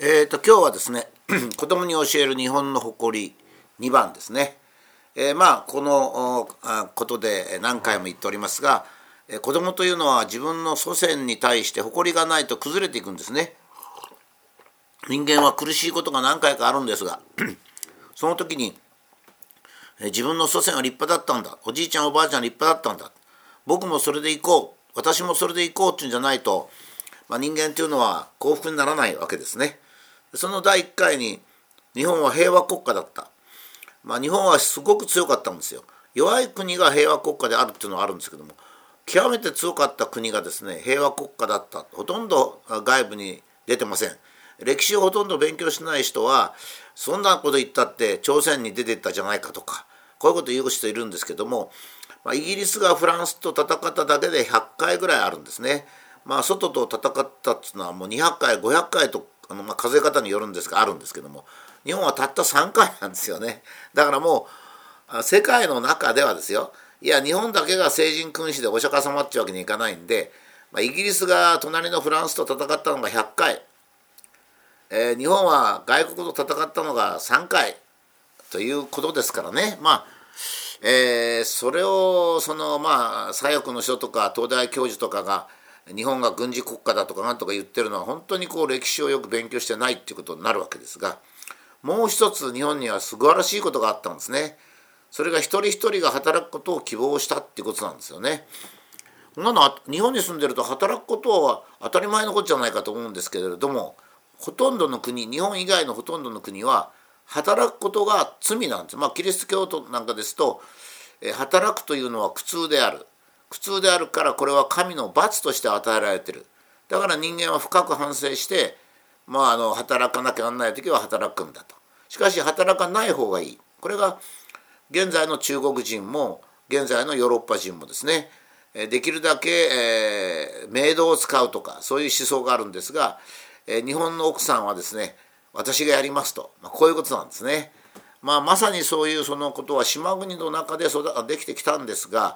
今日はですね子供に教える日本の誇り2番ですね。このことで何回も言っておりますが、子供というのは自分の祖先に対して誇りがないと崩れていくんですね。人間は苦しいことが何回かあるんですがその時に自分の祖先は立派だったんだ、おじいちゃんおばあちゃん立派だったんだ、僕もそれで行こう、私もそれで行こうっていうんじゃないと、人間というのは幸福にならないわけですね。その第1回に日本は平和国家だった、日本はすごく強かったんですよ。弱い国が平和国家であるっていうのはあるんですけども、極めて強かった国がですね平和国家だった。ほとんど外部に出てません。歴史をほとんど勉強しない人はそんなこと言ったって朝鮮に出ていったじゃないかとか、こういうこと言う人いるんですけども、イギリスがフランスと戦っただけで100回ぐらいあるんですね。外と戦ったっていうのはもう200回500回と数え方によるんですがあるんですけども、日本はたった3回なんですよね。だからもう世界の中ではですよ、いや日本だけが聖人君主でお釈迦様ってわけにいかないんで、イギリスが隣のフランスと戦ったのが100回、日本は外国と戦ったのが3回ということですからね。それを左翼の人とか東大教授とかが日本が軍事国家だとかなんとか言ってるのは本当に歴史をよく勉強してないっていうことになるわけですが、もう一つ日本には素晴らしいことがあったんですね。それが一人一人が働くことを希望したっていうことなんですよね。日本に住んでると働くことは当たり前のことじゃないかと思うんですけれども、ほとんどの国、日本以外のほとんどの国は働くことが罪なんです。キリスト教徒なんかですと、働くというのは苦痛である。苦痛であるからこれは神の罰として与えられている。だから人間は深く反省して、働かなきゃならない時は働くんだと。しかし働かない方がいい。これが現在の中国人も現在のヨーロッパ人もですね、できるだけ、メイドを使うとかそういう思想があるんですが、日本の奥さんはですね私がやりますと、こういうことなんですね。まさにそういうそのことは島国の中でできてきたんですが、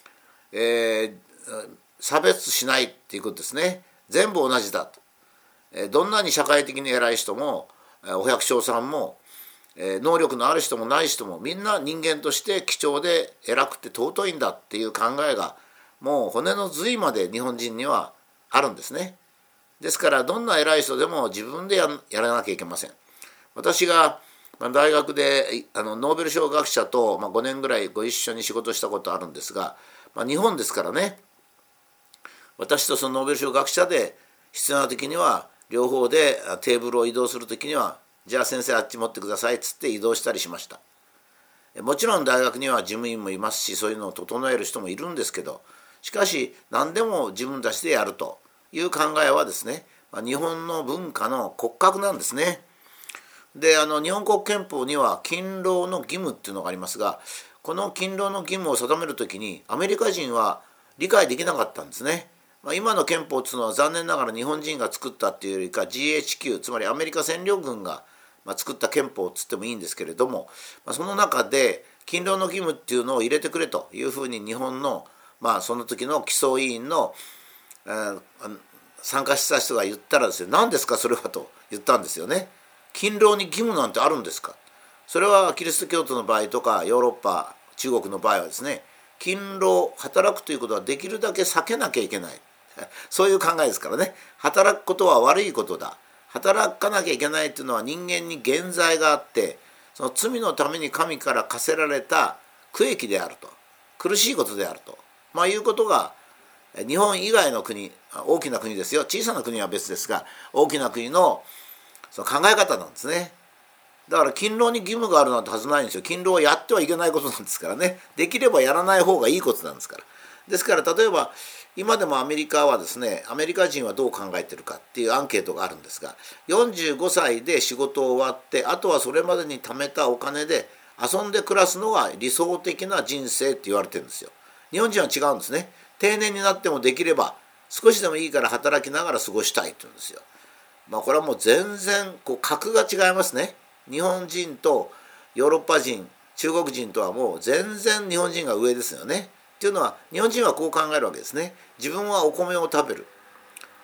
差別しないっていうことですね。全部同じだと。どんなに社会的に偉い人もお百姓さんも能力のある人もない人もみんな人間として貴重で偉くて尊いんだっていう考えがもう骨の髄まで日本人にはあるんですね。ですからどんな偉い人でも自分でやらなきゃいけません。私が大学でノーベル賞学者と5年ぐらいご一緒に仕事したことあるんですが、日本ですからね、私とそのノーベル賞学者で必要な時には両方でテーブルを移動する時にはじゃあ先生あっち持ってくださいっつって移動したりしました。もちろん大学には事務員もいますしそういうのを整える人もいるんですけど、しかし何でも自分たちでやるという考えはですね、日本の文化の骨格なんですね。で日本国憲法には勤労の義務っていうのがありますが、この勤労の義務を定めるときにアメリカ人は理解できなかったんですね。今の憲法っていうのは残念ながら日本人が作ったっていうよりか GHQ つまりアメリカ占領軍が作った憲法っつってもいいんですけれども、その中で勤労の義務っていうのを入れてくれというふうに日本のその時の起訴委員の参加した人が言ったらですね、何ですかそれはと言ったんですよね。勤労に義務なんてあるんですか。それはキリスト教徒の場合とかヨーロッパ中国の場合はですね、勤労働くということはできるだけ避けなきゃいけないそういう考えですからね。働くことは悪いことだ、働かなきゃいけないというのは人間に原罪があって、その罪のために神から課せられた苦役であると、苦しいことであると、いうことが日本以外の国、大きな国ですよ、小さな国は別ですが大きな国のその考え方なんですね。だから勤労に義務があるなんてはずないんですよ。勤労はやってはいけないことなんですからね。できればやらない方がいいことなんですから。ですから例えば今でもアメリカはですね、アメリカ人はどう考えてるかっていうアンケートがあるんですが、45歳で仕事終わってあとはそれまでに貯めたお金で遊んで暮らすのが理想的な人生って言われてるんですよ。日本人は違うんですね。定年になってもできれば少しでもいいから働きながら過ごしたいって言うんですよ。これはもう全然格が違いますね。日本人とヨーロッパ人、中国人とはもう全然日本人が上ですよね。っていうのは日本人はこう考えるわけですね。自分はお米を食べる。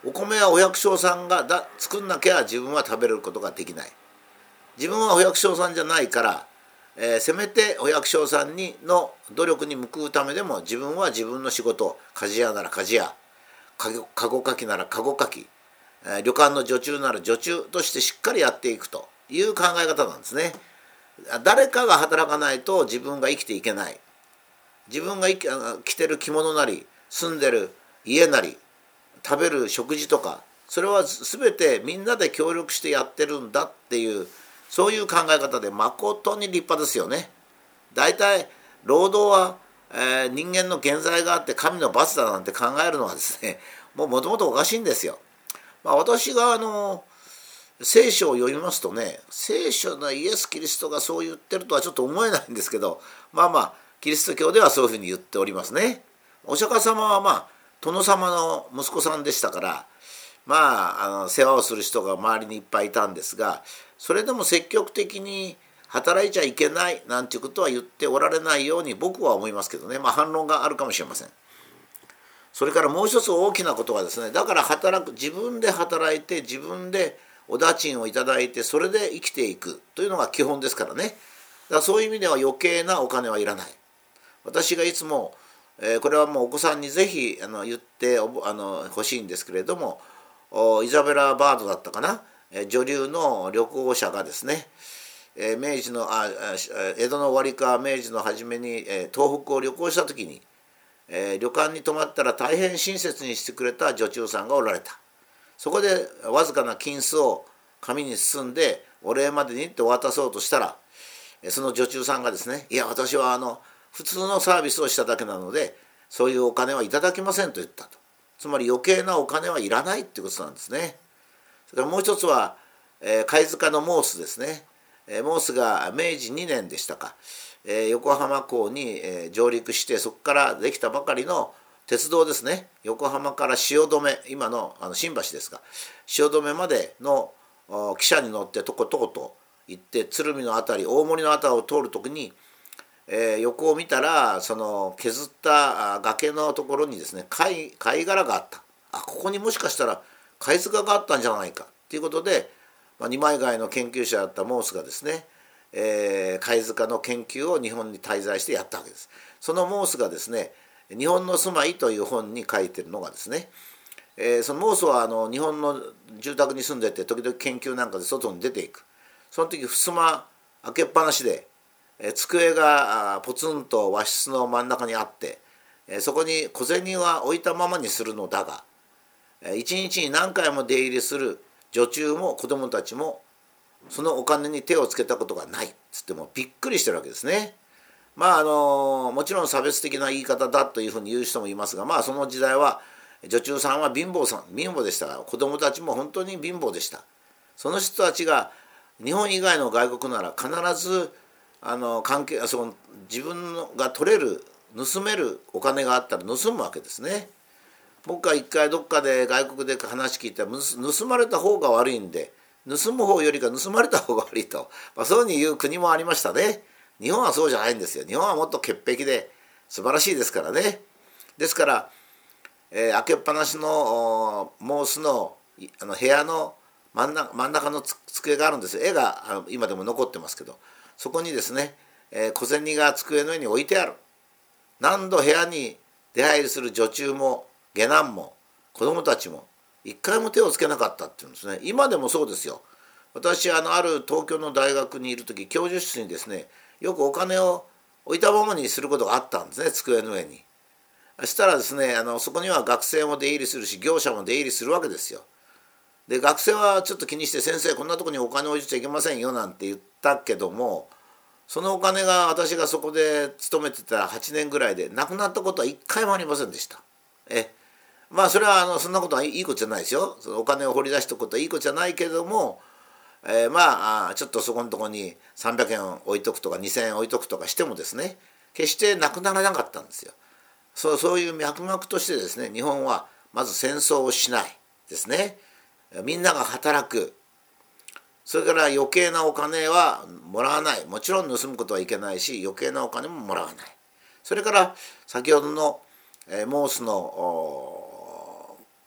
お米はお百姓さんが作んなきゃ自分は食べることができない。自分はお百姓さんじゃないから、せめてお百姓さんの努力に報うためでも自分は自分の仕事、鍛冶屋なら鍛冶屋、籠かきなら籠かき、旅館の女中なら女中としてしっかりやっていくという考え方なんですね。誰かが働かないと自分が生きていけない。自分が着てる着物なり住んでる家なり食べる食事とか、それは全てみんなで協力してやってるんだっていう、そういう考え方で誠に立派ですよね。大体労働は、人間の現在があって神の罰だなんて考えるのはですね、もともとおかしいんですよ。私が聖書を読みますとね、聖書のイエス・キリストがそう言ってるとはちょっと思えないんですけど、キリスト教ではそういうふうに言っておりますね。お釈迦様は殿様の息子さんでしたから、世話をする人が周りにいっぱいいたんですが、それでも積極的に働いちゃいけないなんていうことは言っておられないように僕は思いますけどね。反論があるかもしれません。それからもう一つ大きなことはですね、だから自分で働いて自分でお駄賃をいただいてそれで生きていくというのが基本ですからね。だからそういう意味では余計なお金はいらない。私がいつも、これはもうお子さんにぜひ言ってほしいんですけれども、イザベラ・バードだったかな、女流の旅行者がですね、江戸の終わりか明治の初めに、東北を旅行した時に、旅館に泊まったら大変親切にしてくれた女中さんがおられた。そこでわずかな金子を紙に包んでお礼までにって渡そうとしたら、その女中さんがですね、いや私は普通のサービスをしただけなのでそういうお金はいただきませんと言ったと。つまり余計なお金はいらないっていうことなんですね。それからもう一つは、貝塚のモースですね。モースが明治2年でしたか、横浜港に、上陸して、そこからできたばかりの鉄道ですね。横浜から汐留、今の新橋ですが、汐留までの汽車に乗ってとことこと行って鶴見の辺り、大森の辺りを通るときに、横を見たらその削った崖のところにですね、貝殻があった。ここにもしかしたら貝塚があったんじゃないかということで、二枚貝の研究者だったモースがですね、貝塚の研究を日本に滞在してやったわけです。そのモースがですね、日本の住まいという本に書いてるのがですね、そのモースは日本の住宅に住んでて時々研究なんかで外に出ていく。その時襖開けっぱなしで、机がポツンと和室の真ん中にあって、そこに小銭は置いたままにするのだが、一日に何回も出入りする女中も子どもたちもそのお金に手をつけたことがないっつってもびっくりしてるわけですね。もちろん差別的な言い方だというふうに言う人もいますが、その時代は女中さんは貧乏でしたが、子どもたちも本当に貧乏でした。その人たちが日本以外の外国なら必ず自分が取れる盗めるお金があったら盗むわけですね。僕は一回どっかで外国で話聞いたら、盗まれた方が悪いんで盗む方よりか盗まれた方が悪いと、そういうふうに言う国もありましたね。日本はそうじゃないんですよ。日本はもっと潔癖で素晴らしいですからね。ですから、開けっぱなしのモースの部屋の真ん中の机があるんですよ。絵が今でも残ってますけど、そこにですね、小銭が机の上に置いてある。何度部屋に出入りする女中も下男も子供たちも一回も手をつけなかったっていうんですね。今でもそうですよ。私ある東京の大学にいる時、教授室にですね、よくお金を置いたままにすることがあったんですね、机の上に。そしたらですね、そこには学生も出入りするし業者も出入りするわけですよ。で学生はちょっと気にして、先生こんなとこにお金置いちゃいけませんよなんて言ったけども、そのお金が私がそこで勤めてた8年ぐらいでなくなったことは一回もありませんでした。それはそんなことはいいことじゃないですよ。そのお金を掘り出しておくことはいいことじゃないけれども、ちょっとそこのところに300円置いとくとか2000円置いとくとかしてもですね、決してなくならなかったんですよ。そういう脈々としてですね、日本はまず戦争をしないですね。みんなが働く。それから余計なお金はもらわない。もちろん盗むことはいけないし、余計なお金ももらわない。それから先ほどのモースの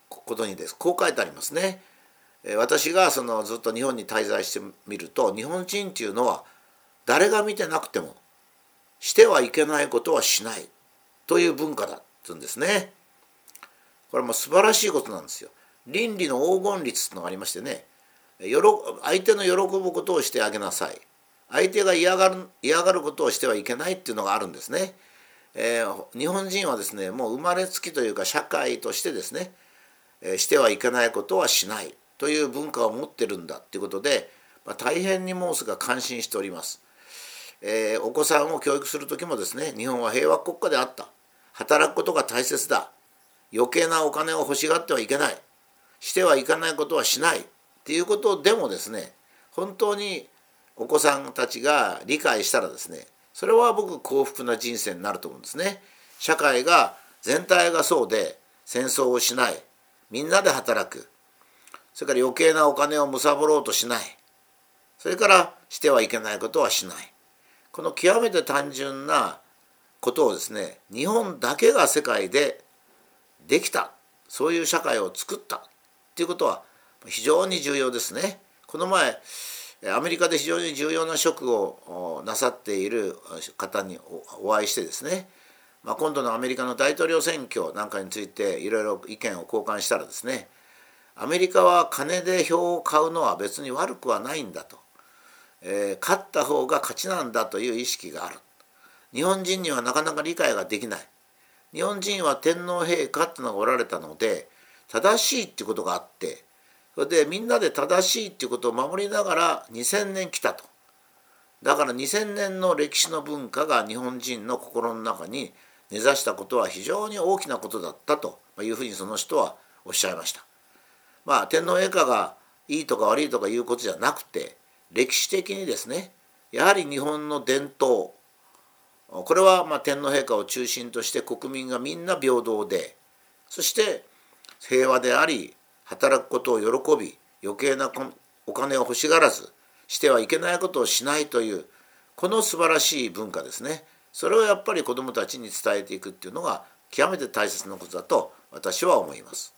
ことにですこう書いてありますね。私がずっと日本に滞在してみると、日本人っていうのは誰が見てなくてもしてはいけないことはしないという文化だって言うんですね。これも素晴らしいことなんですよ。倫理の黄金律というのがありましてね、相手の喜ぶことをしてあげなさい、相手が嫌がることをしてはいけないっていうのがあるんですね。日本人はですね、もう生まれつきというか社会としてですね、してはいけないことはしないという文化を持ってるんだということで、大変にモースが感心しております。お子さんを教育する時もですね、日本は平和国家であった、働くことが大切だ、余計なお金を欲しがってはいけない、してはいけないことはしないっていうことでもですね、本当にお子さんたちが理解したらですね、それは僕幸福な人生になると思うんですね。社会が全体がそうで、戦争をしない、みんなで働く、それから余計なお金を貪ろうとしない、それからしてはいけないことはしない、この極めて単純なことをですね、日本だけが世界でできた、そういう社会を作ったということは非常に重要ですね。この前アメリカで非常に重要な職をなさっている方にお会いしてですね、今度のアメリカの大統領選挙なんかについていろいろ意見を交換したらですね、アメリカは金で票を買うのは別に悪くはないんだと、勝った方が勝ちなんだという意識がある。日本人にはなかなか理解ができない。日本人は天皇陛下っていうのがおられたので、正しいっていうことがあって、それでみんなで正しいっていうことを守りながら2000年来たと。だから2000年の歴史の文化が日本人の心の中に根ざしたことは非常に大きなことだったというふうにその人はおっしゃいました。天皇陛下がいいとか悪いとかいうことじゃなくて、歴史的にですね、やはり日本の伝統、これは天皇陛下を中心として国民がみんな平等で、そして平和であり、働くことを喜び、余計なお金を欲しがらず、してはいけないことをしないという、この素晴らしい文化ですね。それをやっぱり子どもたちに伝えていくっていうのが極めて大切なことだと私は思います。